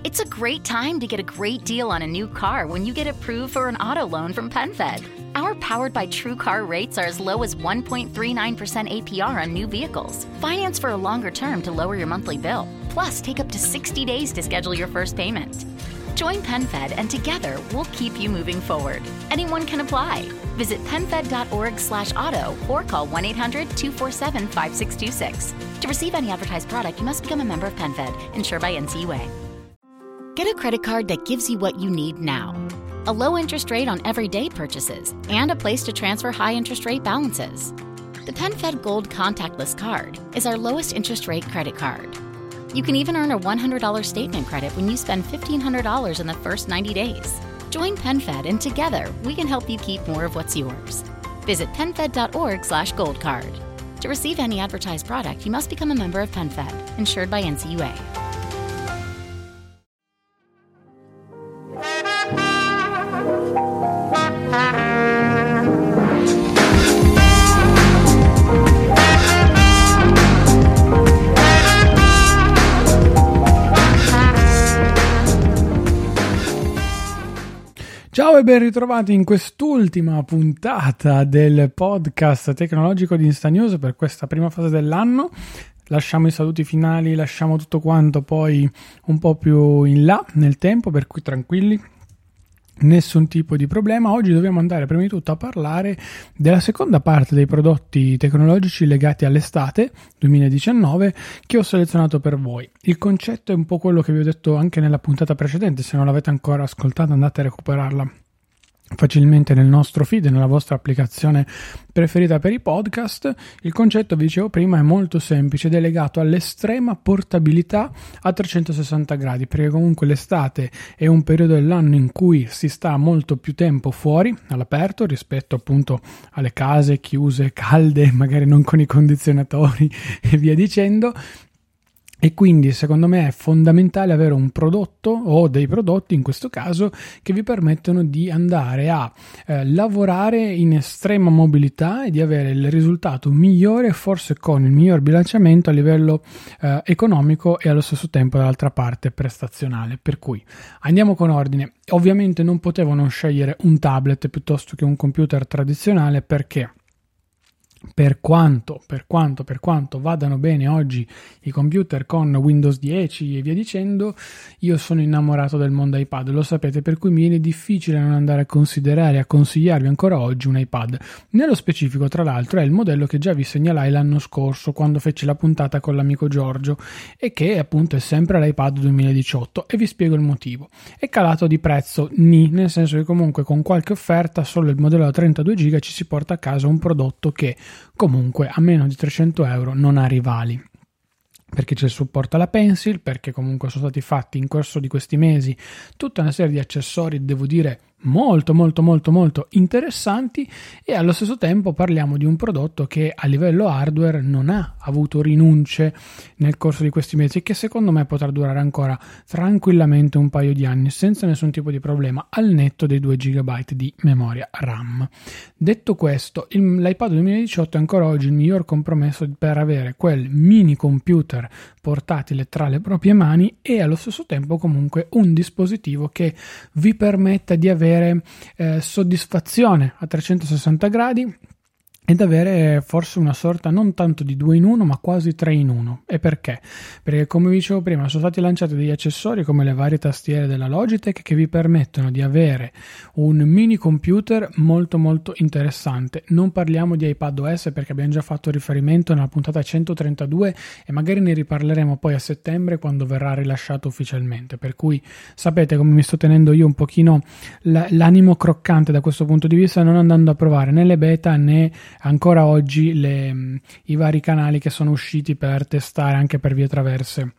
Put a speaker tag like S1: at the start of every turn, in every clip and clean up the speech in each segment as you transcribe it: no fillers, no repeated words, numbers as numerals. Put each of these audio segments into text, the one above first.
S1: It's a great time to get a great deal on a new car when you get approved for an auto loan from PenFed. Our Powered by True Car rates are as low as 1.39% APR on new vehicles. Finance for a longer term to lower your monthly bill. Plus, take up to 60 days to schedule your first payment. Join PenFed and together we'll keep you moving forward. Anyone can apply. Visit PenFed.org/auto or call 1-800-247-5626. To receive any advertised product, you must become a member of PenFed, insured by NCUA. Get a credit card that gives you what you need now. A low interest rate on everyday purchases and a place to transfer high interest rate balances. The PenFed Gold Contactless Card is our lowest interest rate credit card. You can even earn a $100 statement credit when you spend $1,500 in the first 90 days. Join PenFed and together we can help you keep more of what's yours. Visit PenFed.org/goldcard. To receive any advertised product, you must become a member of PenFed, insured by NCUA.
S2: Ciao e ben ritrovati in quest'ultima puntata del podcast tecnologico di Instanews per questa prima fase dell'anno. Lasciamo i saluti finali, lasciamo tutto quanto poi un po' più in là nel tempo, per cui tranquilli, nessun tipo di problema. Oggi dobbiamo andare prima di tutto a parlare della seconda parte dei prodotti tecnologici legati all'estate 2019 che ho selezionato per voi. Il concetto è un po' quello che vi ho detto anche nella puntata precedente. Se non l'avete ancora ascoltata, andate a recuperarla facilmente nel nostro feed, nella vostra applicazione preferita per i podcast. Il concetto, vi dicevo prima, è molto semplice ed è legato all'estrema portabilità a 360 gradi, perché comunque l'estate è un periodo dell'anno in cui si sta molto più tempo fuori all'aperto rispetto appunto alle case chiuse, calde, magari non con i condizionatori e via dicendo. E quindi secondo me è fondamentale avere un prodotto o dei prodotti in questo caso che vi permettono di andare a lavorare in estrema mobilità e di avere il risultato migliore, forse con il miglior bilanciamento a livello economico e allo stesso tempo dall'altra parte prestazionale. Per cui andiamo con ordine. Ovviamente non potevo non scegliere un tablet piuttosto che un computer tradizionale, perché per quanto vadano bene oggi i computer con Windows 10 e via dicendo, io sono innamorato del mondo iPad, lo sapete, per cui mi viene difficile non andare a considerare e a consigliarvi ancora oggi un iPad. Nello specifico, tra l'altro, è il modello che già vi segnalai l'anno scorso quando feci la puntata con l'amico Giorgio e che appunto è sempre l'iPad 2018, e vi spiego il motivo. È calato di prezzo, nel senso che comunque con qualche offerta solo il modello da 32 GB ci si porta a casa un prodotto che comunque a meno di 300 euro non ha rivali, perché c'è il supporto alla Pencil, perché comunque sono stati fatti in corso di questi mesi tutta una serie di accessori, devo dire molto interessanti, e allo stesso tempo parliamo di un prodotto che a livello hardware non ha avuto rinunce nel corso di questi mesi e che secondo me potrà durare ancora tranquillamente un paio di anni senza nessun tipo di problema, al netto dei 2 GB di memoria RAM. Detto questo, l'iPad 2018 è ancora oggi il miglior compromesso per avere quel mini computer portatile tra le proprie mani e allo stesso tempo comunque un dispositivo che vi permetta di avere soddisfazione a 360 gradi ed avere forse una sorta non tanto di 2 in 1 ma quasi 3 in 1. E perché? Perché, come vi dicevo prima, sono stati lanciati degli accessori come le varie tastiere della Logitech che vi permettono di avere un mini computer molto interessante. Non parliamo di iPadOS perché abbiamo già fatto riferimento nella puntata 132 e magari ne riparleremo poi a settembre quando verrà rilasciato ufficialmente, per cui sapete come mi sto tenendo io un pochino l'animo croccante da questo punto di vista, non andando a provare né le beta né ancora oggi i vari canali che sono usciti per testare anche per vie traverse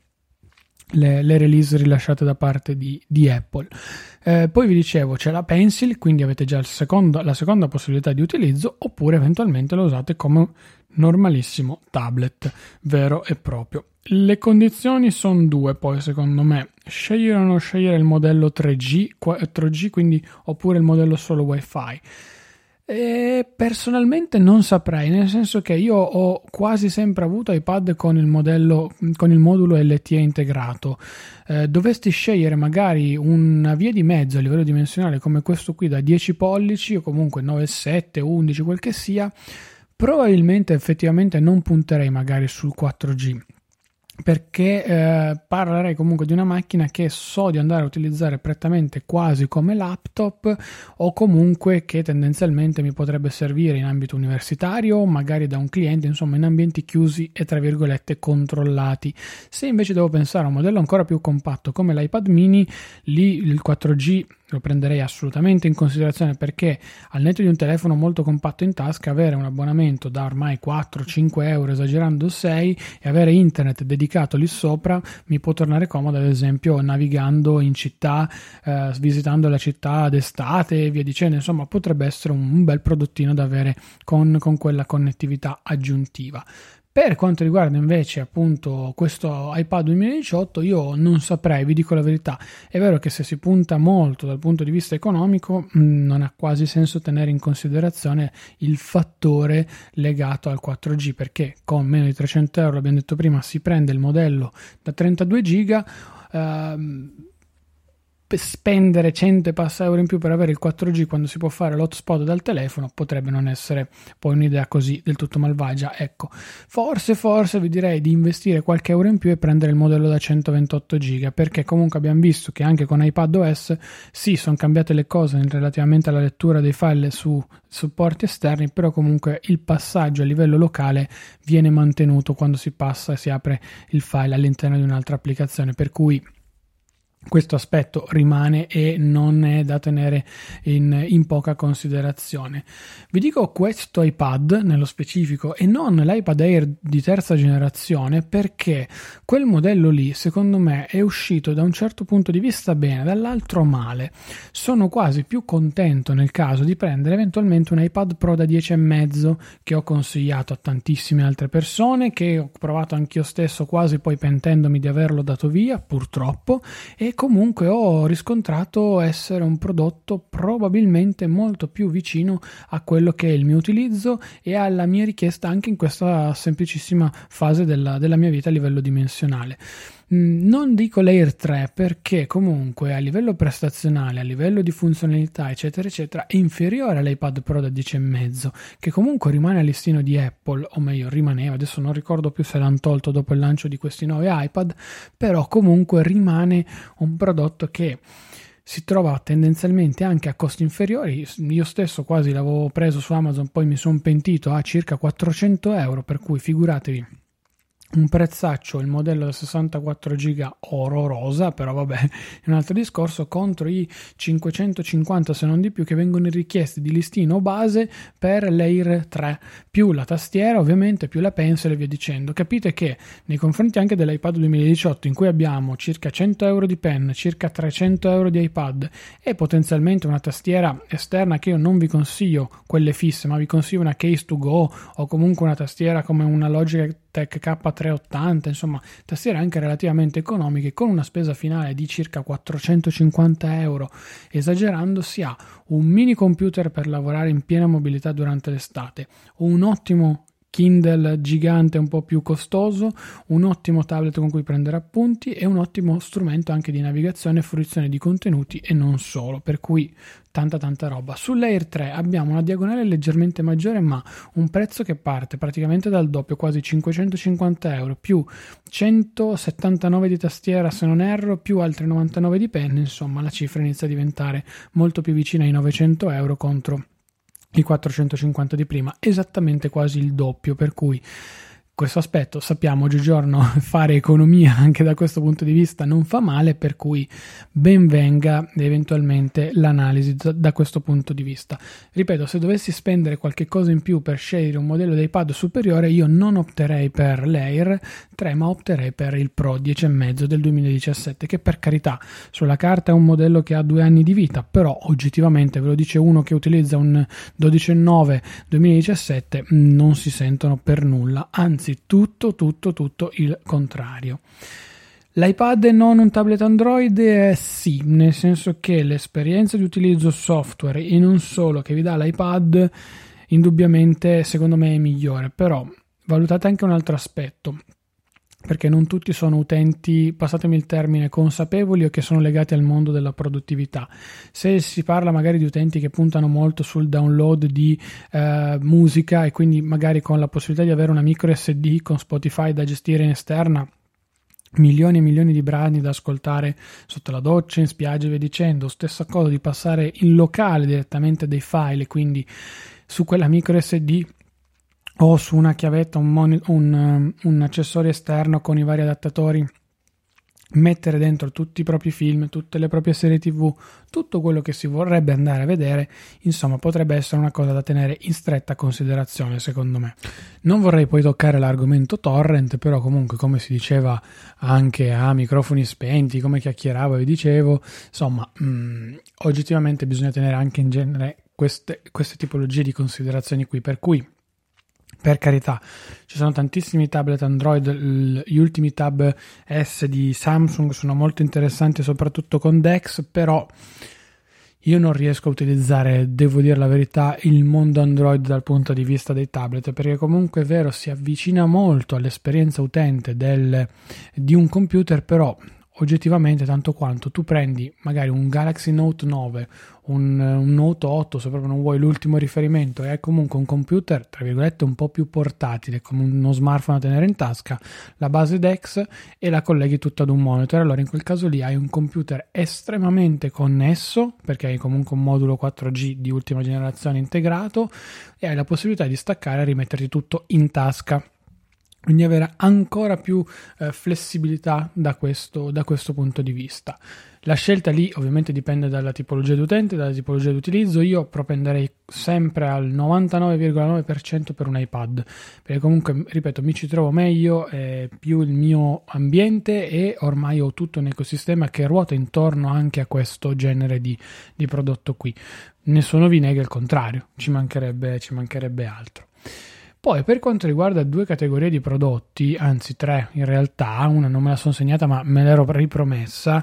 S2: le release rilasciate da parte di Apple. Poi vi dicevo, c'è la Pencil, quindi avete già la seconda possibilità di utilizzo, oppure eventualmente lo usate come normalissimo tablet vero e proprio. Le condizioni sono due, poi secondo me: scegliere o non scegliere il modello 3G, quindi, oppure il modello solo Wi-Fi. Personalmente non saprei, nel senso che io ho quasi sempre avuto iPad con il modulo LTE integrato. Dovesti scegliere magari una via di mezzo a livello dimensionale come questo qui da 10 pollici o comunque 9,7, 11, quel che sia, probabilmente effettivamente non punterei magari sul 4G. Perché parlerei comunque di una macchina che so di andare a utilizzare prettamente quasi come laptop, o comunque che tendenzialmente mi potrebbe servire in ambito universitario, magari da un cliente, insomma in ambienti chiusi e tra virgolette controllati. Se invece devo pensare a un modello ancora più compatto come l'iPad mini, lì il 4G lo prenderei assolutamente in considerazione, perché al netto di un telefono molto compatto in tasca, avere un abbonamento da ormai 4-5 euro, esagerando 6, e avere internet dedicato lì sopra mi può tornare comodo, ad esempio navigando in città, visitando la città d'estate e via dicendo. Insomma, potrebbe essere un bel prodottino da avere con quella connettività aggiuntiva. Per quanto riguarda invece appunto questo iPad 2018, io non saprei, vi dico la verità. È vero che se si punta molto dal punto di vista economico, non ha quasi senso tenere in considerazione il fattore legato al 4G, perché con meno di 300 euro, abbiamo detto prima, si prende il modello da 32 giga, spendere 100 e passa euro in più per avere il 4G quando si può fare l'hotspot dal telefono potrebbe non essere poi un'idea così del tutto malvagia. Ecco, forse vi direi di investire qualche euro in più e prendere il modello da 128 giga, perché comunque abbiamo visto che anche con iPadOS sì, sono cambiate le cose relativamente alla lettura dei file su supporti esterni, però comunque il passaggio a livello locale viene mantenuto quando si passa e si apre il file all'interno di un'altra applicazione, per cui questo aspetto rimane e non è da tenere in poca considerazione. Vi dico questo iPad nello specifico e non l'iPad Air di terza generazione, perché quel modello lì secondo me è uscito da un certo punto di vista bene, dall'altro male. Sono quasi più contento nel caso di prendere eventualmente un iPad Pro da 10,5 che ho consigliato a tantissime altre persone, che ho provato anch'io stesso, quasi poi pentendomi di averlo dato via purtroppo, e comunque ho riscontrato essere un prodotto probabilmente molto più vicino a quello che è il mio utilizzo e alla mia richiesta anche in questa semplicissima fase della mia vita a livello dimensionale. Non dico l'Air 3 perché comunque a livello prestazionale, a livello di funzionalità eccetera eccetera è inferiore all'iPad Pro da 10,5, che comunque rimane al listino di Apple, o meglio rimaneva, adesso non ricordo più se l'hanno tolto dopo il lancio di questi nuovi iPad, però comunque rimane un prodotto che si trova tendenzialmente anche a costi inferiori. Io stesso quasi l'avevo preso su Amazon, poi mi sono pentito a circa 400 euro, per cui figuratevi un prezzaccio il modello da 64 giga oro rosa, però vabbè è un altro discorso, contro i 550 se non di più che vengono richiesti di listino base per l'Air 3, più la tastiera ovviamente, più la pencil e via dicendo. Capite che nei confronti anche dell'iPad 2018, in cui abbiamo circa 100 euro di pen, circa 300 euro di iPad e potenzialmente una tastiera esterna, che io non vi consiglio quelle fisse, ma vi consiglio una case to go o comunque una tastiera come una Logitech K380, insomma tastiere anche relativamente economiche, con una spesa finale di circa 450 euro, esagerando si ha un mini computer per lavorare in piena mobilità durante l'estate, un ottimo Kindle gigante un po' più costoso, un ottimo tablet con cui prendere appunti e un ottimo strumento anche di navigazione e fruizione di contenuti e non solo, per cui tanta roba. Sull'Air 3 abbiamo una diagonale leggermente maggiore, ma un prezzo che parte praticamente dal doppio, quasi 550 euro, più 179 di tastiera se non erro, più altri 99 di pen, insomma la cifra inizia a diventare molto più vicina ai 900 euro contro i 450 di prima, esattamente quasi il doppio, per cui questo aspetto sappiamo oggigiorno fare economia anche da questo punto di vista non fa male, per cui ben venga eventualmente l'analisi da questo punto di vista. Ripeto, se dovessi spendere qualche cosa in più per scegliere un modello di iPad superiore, io non opterei per l'Air 3 ma opterei per il Pro 10,5 del 2017, che per carità sulla carta è un modello che ha 2 anni di vita, però oggettivamente, ve lo dice uno che utilizza un 12,9 2017, non si sentono per nulla, anzi tutto il contrario. L'iPad e non un tablet Android? Sì, nel senso che l'esperienza di utilizzo software e non solo che vi dà l'iPad indubbiamente secondo me è migliore, però valutate anche un altro aspetto, perché non tutti sono utenti, passatemi il termine, consapevoli o che sono legati al mondo della produttività. Se si parla magari di utenti che puntano molto sul download di musica e quindi magari con la possibilità di avere una micro SD con Spotify da gestire in esterna, milioni e milioni di brani da ascoltare sotto la doccia, in spiaggia e via dicendo, stessa cosa di passare in locale direttamente dei file, quindi su quella micro SD o su una chiavetta, un accessorio esterno con i vari adattatori, mettere dentro tutti i propri film, tutte le proprie serie TV, tutto quello che si vorrebbe andare a vedere, insomma potrebbe essere una cosa da tenere in stretta considerazione secondo me. Non vorrei poi toccare l'argomento torrent, però comunque come si diceva anche a microfoni spenti, come chiacchieravo e vi dicevo, insomma oggettivamente bisogna tenere anche in genere queste tipologie di considerazioni qui, per cui per carità, ci sono tantissimi tablet Android, gli ultimi Tab S di Samsung sono molto interessanti, soprattutto con DeX, però io non riesco a utilizzare, devo dire la verità, il mondo Android dal punto di vista dei tablet, perché comunque è vero, si avvicina molto all'esperienza utente di un computer, però oggettivamente tanto quanto tu prendi magari un Galaxy Note 9, un Note 8, se proprio non vuoi l'ultimo riferimento, e hai comunque un computer tra virgolette un po' più portatile, come uno smartphone da tenere in tasca, la base DeX, e la colleghi tutto ad un monitor. Allora in quel caso lì hai un computer estremamente connesso, perché hai comunque un modulo 4G di ultima generazione integrato, e hai la possibilità di staccare e rimetterti tutto in tasca, quindi avere ancora più flessibilità da questo punto di vista. La scelta lì ovviamente dipende dalla tipologia di utente, dalla tipologia di utilizzo. Io propenderei sempre al 99,9% per un iPad, perché comunque, ripeto, mi ci trovo meglio, più il mio ambiente, e ormai ho tutto un ecosistema che ruota intorno anche a questo genere di prodotto qui. Nessuno vi nega il contrario, ci mancherebbe altro. Poi per quanto riguarda due categorie di prodotti, anzi tre in realtà, una non me la sono segnata ma me l'ero ripromessa,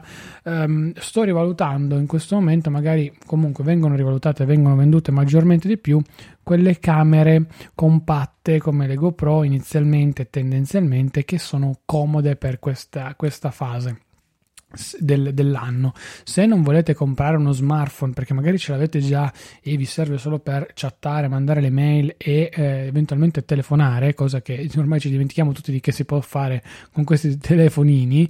S2: sto rivalutando in questo momento, magari comunque vengono rivalutate, vengono vendute maggiormente di più, quelle camere compatte come le GoPro inizialmente, tendenzialmente, che sono comode per questa fase dell'anno. Se non volete comprare uno smartphone perché magari ce l'avete già e vi serve solo per chattare, mandare le mail e eventualmente telefonare, cosa che ormai ci dimentichiamo tutti di che si può fare con questi telefonini,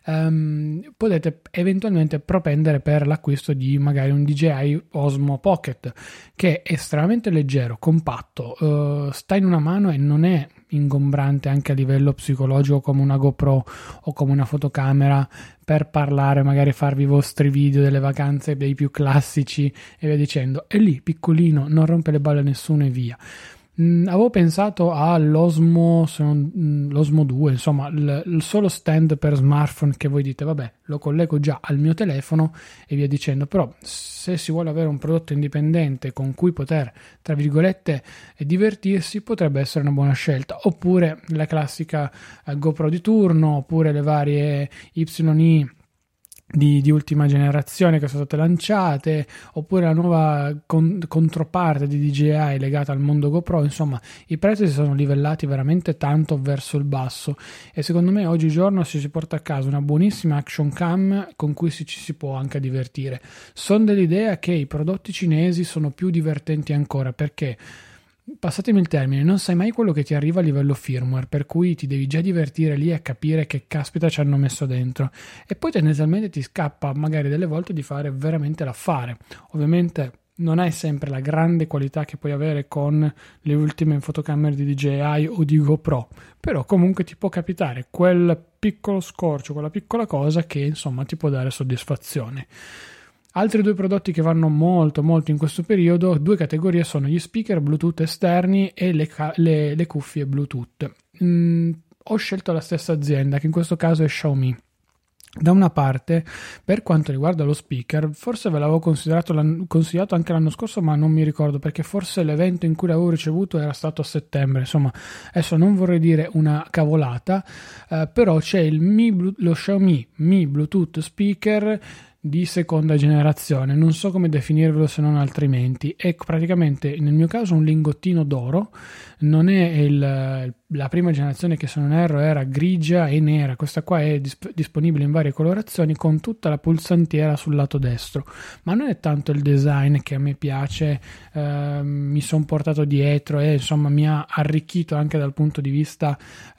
S2: potete eventualmente propendere per l'acquisto di magari un DJI Osmo Pocket, che è estremamente leggero, compatto, sta in una mano e non è ingombrante anche a livello psicologico come una GoPro o come una fotocamera per parlare, magari farvi i vostri video delle vacanze, dei più classici e via dicendo. È lì piccolino, non rompe le balle a nessuno e via. Avevo pensato all'Osmo 2, insomma il solo stand per smartphone che voi dite vabbè, lo collego già al mio telefono e via dicendo, però se si vuole avere un prodotto indipendente con cui poter tra virgolette divertirsi, potrebbe essere una buona scelta. Oppure la classica GoPro di turno, oppure le varie YI di ultima generazione che sono state lanciate, oppure la nuova controparte di DJI legata al mondo GoPro. Insomma, i prezzi si sono livellati veramente tanto verso il basso e secondo me oggigiorno si porta a casa una buonissima action cam con cui ci si può anche divertire. Sono dell'idea che i prodotti cinesi sono più divertenti ancora, perché passatemi il termine, non sai mai quello che ti arriva a livello firmware, per cui ti devi già divertire lì a capire che caspita ci hanno messo dentro, e poi tendenzialmente ti scappa magari delle volte di fare veramente l'affare. Ovviamente non hai sempre la grande qualità che puoi avere con le ultime fotocamere di DJI o di GoPro, però comunque ti può capitare quel piccolo scorcio, quella piccola cosa che insomma ti può dare soddisfazione. Altri due prodotti che vanno molto in questo periodo, due categorie, sono gli speaker Bluetooth esterni e le cuffie Bluetooth. Ho scelto la stessa azienda, che in questo caso è Xiaomi. Da una parte, per quanto riguarda lo speaker, forse ve l'avevo consigliato anche l'anno scorso, ma non mi ricordo, perché forse l'evento in cui l'avevo ricevuto era stato a settembre. Insomma, adesso non vorrei dire una cavolata, però c'è lo Xiaomi Mi Bluetooth speaker di seconda generazione, non so come definirvelo se non altrimenti. È praticamente, nel mio caso, un lingottino d'oro, non è la prima generazione, che se non erro era grigia e nera. Questa qua è disponibile in varie colorazioni, con tutta la pulsantiera sul lato destro, ma non è tanto il design che a me piace, mi sono portato dietro e insomma mi ha arricchito anche dal punto di vista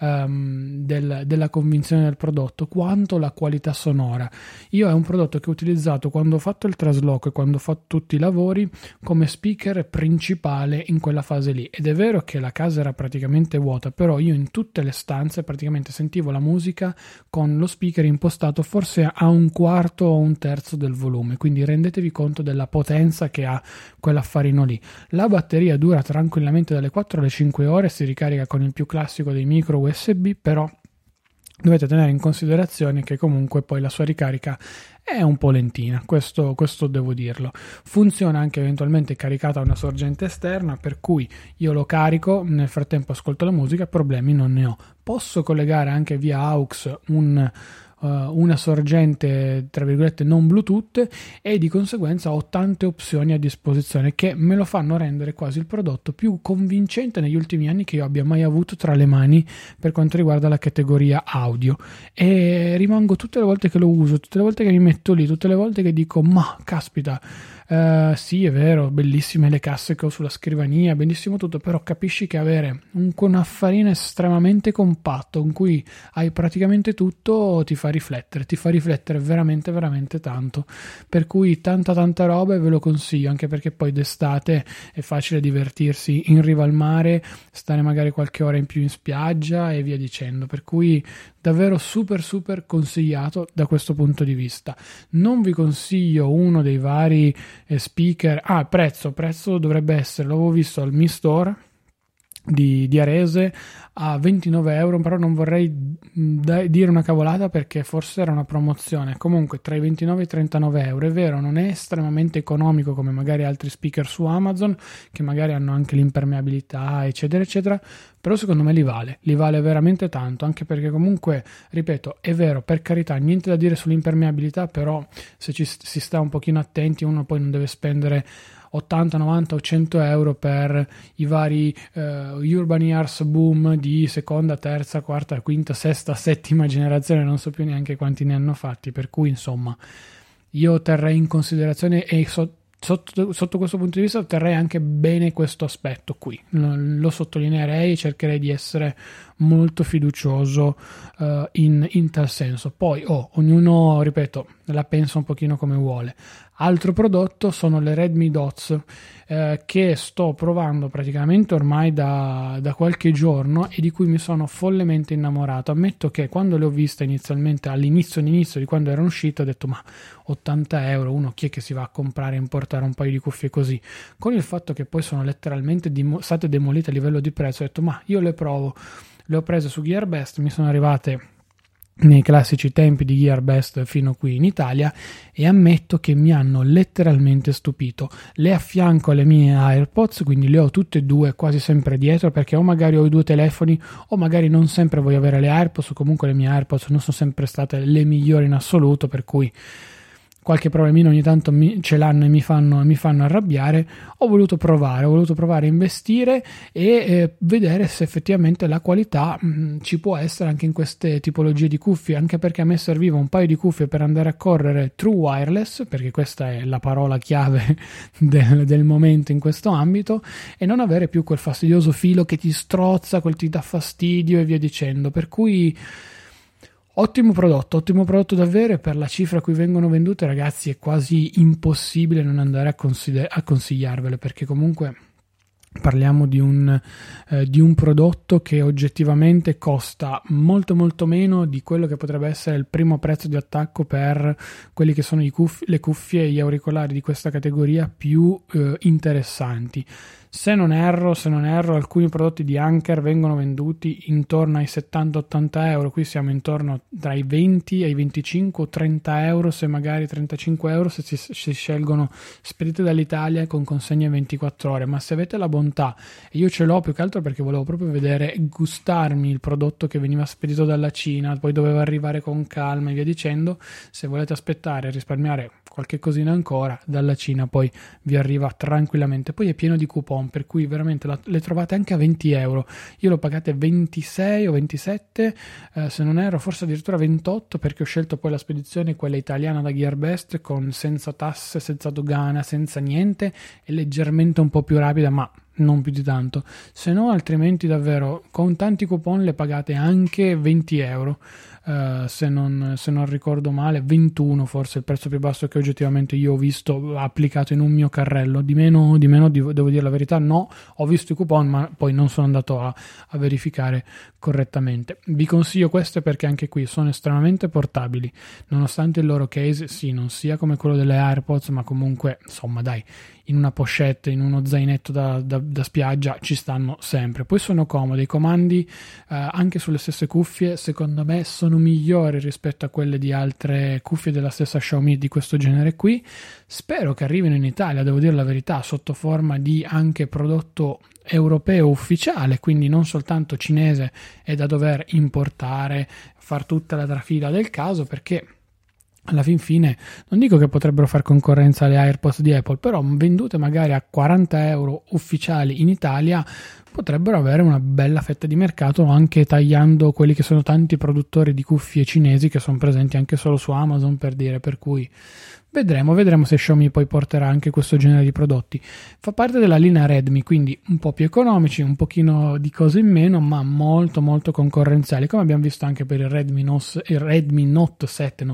S2: della convinzione del prodotto, quanto la qualità sonora. Io è un prodotto che ho utilizzato quando ho fatto il trasloco e quando ho fatto tutti i lavori come speaker principale in quella fase lì, ed è vero che la casa era praticamente vuota, però io in tutte le stanze praticamente sentivo la musica con lo speaker impostato forse a un quarto o un terzo del volume, quindi rendetevi conto della potenza che ha quell'affarino lì. La batteria dura tranquillamente dalle 4 alle 5 ore, si ricarica con il più classico dei micro USB, però dovete tenere in considerazione che comunque poi la sua ricarica è un po' lentina, questo devo dirlo. Funziona anche eventualmente caricata a una sorgente esterna, per cui io lo carico, nel frattempo ascolto la musica, problemi non ne ho. Posso collegare anche via AUX una sorgente tra virgolette non Bluetooth, e di conseguenza ho tante opzioni a disposizione che me lo fanno rendere quasi il prodotto più convincente negli ultimi anni che io abbia mai avuto tra le mani per quanto riguarda la categoria audio, e rimango tutte le volte che lo uso, tutte le volte che mi metto lì, tutte le volte che dico ma caspita, sì è vero, bellissime le casse che ho sulla scrivania, bellissimo tutto, però capisci che avere un affarino estremamente compatto in cui hai praticamente tutto ti fa riflettere veramente veramente tanto, per cui tanta roba, e ve lo consiglio anche perché poi d'estate è facile divertirsi in riva al mare, stare magari qualche ora in più in spiaggia e via dicendo, per cui davvero super consigliato da questo punto di vista. Non vi consiglio uno dei vari speaker. Prezzo dovrebbe essere, l'avevo visto al Mi Store di Arese a 29 euro, però non vorrei dire una cavolata perché forse era una promozione. Comunque tra i 29 e i 39 euro, è vero, non è estremamente economico come magari altri speaker su Amazon che magari hanno anche l'impermeabilità eccetera, però secondo me li vale veramente tanto, anche perché comunque, ripeto, è vero, per carità, niente da dire sull'impermeabilità, però se si sta un pochino attenti uno poi non deve spendere 80, 90 o 100 euro per i vari Urban Ears Boom di seconda, terza, quarta, quinta, sesta, settima generazione, non so più neanche quanti ne hanno fatti, per cui insomma io terrei in considerazione, e sotto questo punto di vista terrei anche bene questo aspetto qui, lo sottolineerei e cercherei di essere molto fiducioso in tal senso. Poi ognuno, ripeto, la pensa un pochino come vuole. Altro prodotto sono le Redmi Dots, che sto provando praticamente ormai da qualche giorno e di cui mi sono follemente innamorato. Ammetto che quando le ho viste inizialmente, all'inizio di quando erano uscite, ho detto ma 80 euro, uno chi è che si va a comprare e importare un paio di cuffie così? Con il fatto che poi sono letteralmente state demolite a livello di prezzo, ho detto ma io le provo. Le ho prese su Gearbest, mi sono arrivate nei classici tempi di Gearbest fino qui in Italia, e ammetto che mi hanno letteralmente stupito. Le affianco alle mie AirPods, quindi le ho tutte e due quasi sempre dietro, perché o magari ho i due telefoni o magari non sempre voglio avere le AirPods, o comunque le mie AirPods non sono sempre state le migliori in assoluto, per cui qualche problemino ogni tanto ce l'hanno e mi fanno arrabbiare. Ho voluto provare a investire e vedere se effettivamente la qualità ci può essere anche in queste tipologie di cuffie, anche perché a me serviva un paio di cuffie per andare a correre true wireless, perché questa è la parola chiave del momento in questo ambito, e non avere più quel fastidioso filo che ti strozza, quel ti dà fastidio e via dicendo, per cui ottimo prodotto davvero, e per la cifra a cui vengono vendute, ragazzi, è quasi impossibile non andare a consigliarvele, perché comunque parliamo di un prodotto che oggettivamente costa molto meno di quello che potrebbe essere il primo prezzo di attacco per quelli che sono le cuffie e gli auricolari di questa categoria più interessanti. Se non erro, alcuni prodotti di Anker vengono venduti intorno ai 70-80 euro, qui siamo intorno tra i 20 ai 25 o 30 euro, se magari 35 euro se si scelgono spedite dall'Italia con consegna in 24 ore, ma se avete la bontà, e io ce l'ho più che altro perché volevo proprio vedere e gustarmi il prodotto che veniva spedito dalla Cina, poi doveva arrivare con calma e via dicendo, se volete aspettare e risparmiare qualche cosina ancora, dalla Cina poi vi arriva tranquillamente. Poi è pieno di coupon, per cui veramente le trovate anche a 20 euro. Io l'ho pagate 26 o 27, se non erro, forse addirittura 28, perché ho scelto poi la spedizione, quella italiana da Gearbest, con senza tasse, senza dogana, senza niente, e leggermente un po' più rapida, ma non più di tanto. Se no, altrimenti davvero con tanti coupon le pagate anche 20 euro. Se non ricordo male, 21 forse il prezzo più basso che oggettivamente io ho visto applicato in un mio carrello. Di meno devo dire la verità, no, ho visto i coupon ma poi non sono andato a verificare correttamente. Vi consiglio queste perché anche qui sono estremamente portabili, nonostante il loro case sì non sia come quello delle AirPods, ma comunque insomma dai, in una pochette, in uno zainetto da spiaggia ci stanno sempre. Poi sono comodi, i comandi anche sulle stesse cuffie secondo me sono migliori rispetto a quelle di altre cuffie della stessa Xiaomi di questo genere qui. Spero che arrivino in Italia, devo dire la verità, sotto forma di anche prodotto europeo ufficiale, quindi non soltanto cinese e da dover importare, far tutta la trafila del caso, perché alla fin fine non dico che potrebbero far concorrenza alle AirPods di Apple, però vendute magari a 40 euro ufficiali in Italia potrebbero avere una bella fetta di mercato, anche tagliando quelli che sono tanti produttori di cuffie cinesi che sono presenti anche solo su Amazon, per dire, per cui vedremo se Xiaomi poi porterà anche questo genere di prodotti. Fa parte della linea Redmi, quindi un po' più economici, un pochino di cose in meno, ma molto molto concorrenziali, come abbiamo visto anche per il Redmi Note 7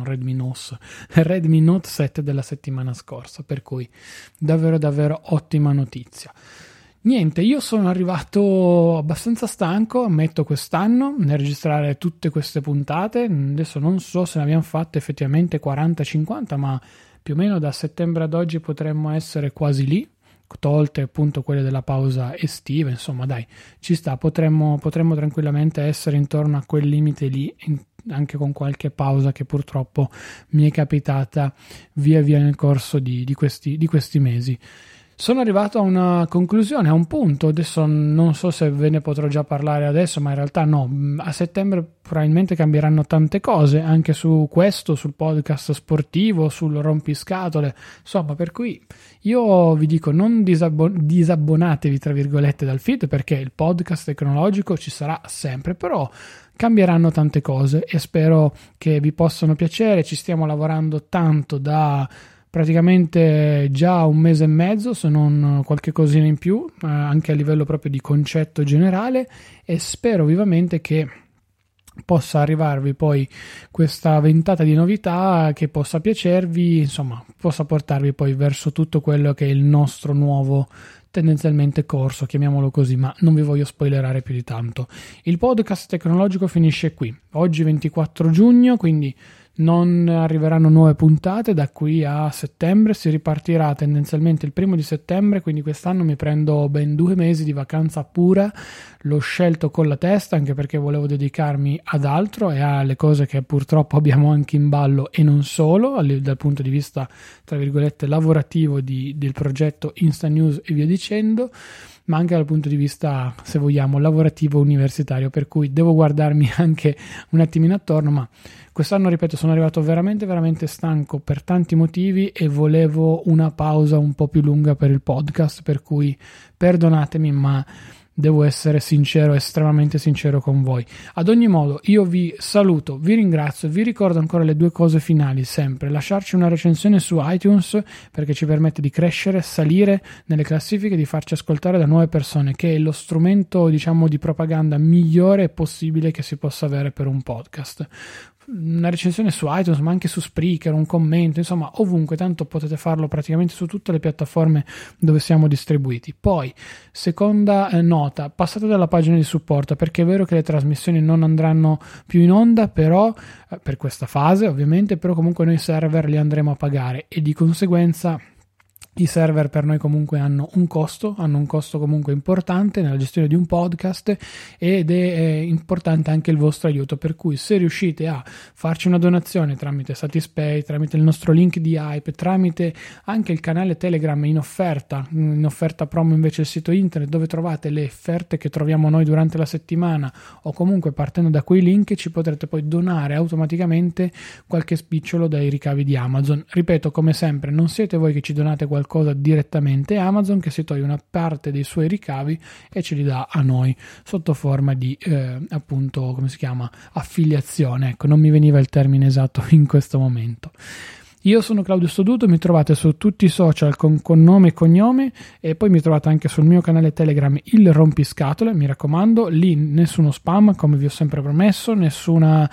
S2: della settimana scorsa, per cui davvero ottima notizia. Niente, io sono arrivato abbastanza stanco, ammetto, quest'anno nel registrare tutte queste puntate. Adesso non so se ne abbiamo fatte effettivamente 40-50, ma più o meno da settembre ad oggi potremmo essere quasi lì, tolte appunto quelle della pausa estiva. Insomma dai, ci sta, potremmo tranquillamente essere intorno a quel limite lì, anche con qualche pausa che purtroppo mi è capitata via nel corso di questi mesi. Sono arrivato a una conclusione, a un punto, adesso non so se ve ne potrò già parlare adesso, ma in realtà no, a settembre probabilmente cambieranno tante cose, anche su questo, sul podcast sportivo, sul rompiscatole, insomma, per cui io vi dico non disabbonatevi tra virgolette dal feed, perché il podcast tecnologico ci sarà sempre, però cambieranno tante cose e spero che vi possano piacere. Ci stiamo lavorando tanto da praticamente già un mese e mezzo, se non qualche cosina in più, anche a livello proprio di concetto generale, e spero vivamente che possa arrivarvi poi questa ventata di novità che possa piacervi, insomma possa portarvi poi verso tutto quello che è il nostro nuovo tendenzialmente corso, chiamiamolo così, ma non vi voglio spoilerare più di tanto. Il podcast tecnologico finisce qui, oggi 24 giugno, quindi non arriveranno nuove puntate da qui a settembre, si ripartirà tendenzialmente il 1 settembre, quindi quest'anno mi prendo ben 2 mesi di vacanza pura. L'ho scelto con la testa, anche perché volevo dedicarmi ad altro e alle cose che purtroppo abbiamo anche in ballo, e non solo dal punto di vista tra virgolette lavorativo del progetto Insta News e via dicendo, ma anche dal punto di vista, se vogliamo, lavorativo universitario, per cui devo guardarmi anche un attimino attorno. Ma quest'anno, ripeto, sono arrivato veramente stanco per tanti motivi e volevo una pausa un po' più lunga per il podcast, per cui perdonatemi, ma devo essere sincero, estremamente sincero con voi. Ad ogni modo, io vi saluto, vi ringrazio, vi ricordo ancora le 2 cose finali, sempre lasciarci una recensione su iTunes, perché ci permette di crescere, salire nelle classifiche, di farci ascoltare da nuove persone, che è lo strumento, diciamo, di propaganda migliore possibile che si possa avere per un podcast. Una recensione su iTunes, ma anche su Spreaker, un commento, insomma ovunque, tanto potete farlo praticamente su tutte le piattaforme dove siamo distribuiti. Poi, seconda nota, passate dalla pagina di supporto, perché è vero che le trasmissioni non andranno più in onda, però per questa fase ovviamente, però comunque noi server li andremo a pagare e di conseguenza I server per noi comunque hanno un costo comunque importante nella gestione di un podcast, ed è importante anche il vostro aiuto, per cui se riuscite a farci una donazione tramite Satispay, tramite il nostro link di Hype, tramite anche il canale Telegram in offerta promo invece il sito internet, dove trovate le offerte che troviamo noi durante la settimana, o comunque partendo da quei link ci potrete poi donare automaticamente qualche spicciolo dai ricavi di Amazon. Ripeto, come sempre, non siete voi che ci donate qualcosa direttamente, Amazon che si toglie una parte dei suoi ricavi e ce li dà a noi sotto forma di appunto, come si chiama, affiliazione. Ecco, non mi veniva il termine esatto in questo momento. Io sono Claudio Stoduto, mi trovate su tutti i social con nome e cognome, e poi mi trovate anche sul mio canale Telegram il Rompiscatole, mi raccomando, lì nessuno spam, come vi ho sempre promesso, nessuna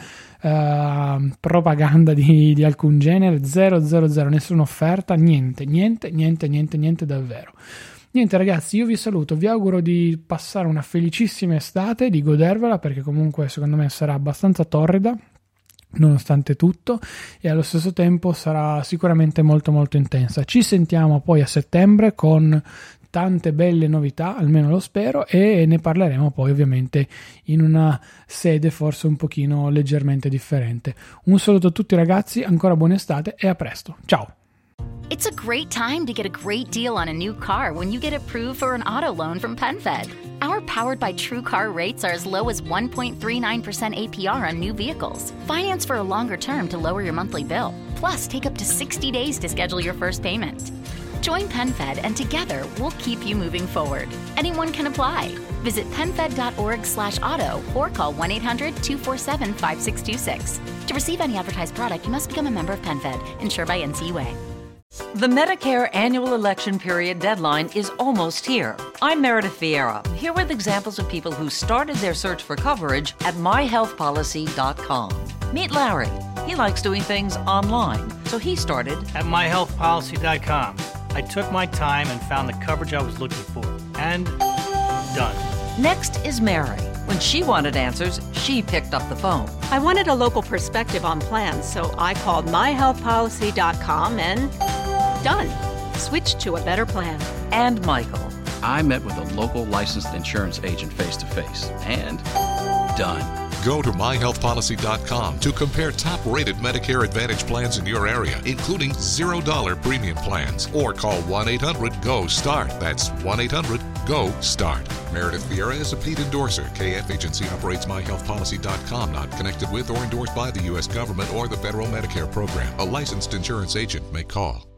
S2: propaganda di alcun genere, 000, nessuna offerta, niente davvero. Niente ragazzi, io vi saluto, vi auguro di passare una felicissima estate, di godervela, perché comunque secondo me sarà abbastanza torrida nonostante tutto, e allo stesso tempo sarà sicuramente molto molto intensa. Ci sentiamo poi a settembre con tante belle novità, almeno lo spero, e ne parleremo poi ovviamente in una sede forse un pochino leggermente differente. Un saluto a tutti ragazzi, ancora buona estate e a presto, ciao!
S1: It's a great time to get a great deal on a new car when you get approved for an auto loan from PenFed. Our Powered by True Car rates are as low as 1.39% APR on new vehicles. Finance for a longer term to lower your monthly bill. Plus, take up to 60 days to schedule your first payment. Join PenFed and together we'll keep you moving forward. Anyone can apply. Visit penfed.org/auto or call 1-800-247-5626. To receive any advertised product, you must become a member of PenFed, insured by NCUA.
S3: The Medicare annual election period deadline is almost here. I'm Meredith Vieira, here with examples of people who started their search for coverage at myhealthpolicy.com. Meet Larry. He likes doing things online, so he started
S4: at myhealthpolicy.com. I took my time and found the coverage I was looking for. And done.
S3: Next is Mary. When she wanted answers, she picked up the phone.
S5: I wanted a local perspective on plans, so I called myhealthpolicy.com and done. Switched to a better plan.
S3: And Michael.
S6: I met with a local licensed insurance agent face-to-face and done.
S7: Go to myhealthpolicy.com to compare top-rated Medicare Advantage plans in your area, including $0 premium plans, or call 1-800-GO-START. That's 1-800-GO-START. Meredith Vieira is a paid endorser. KF Agency operates myhealthpolicy.com, not connected with or endorsed by the U.S. government or the federal Medicare program. A licensed insurance agent may call.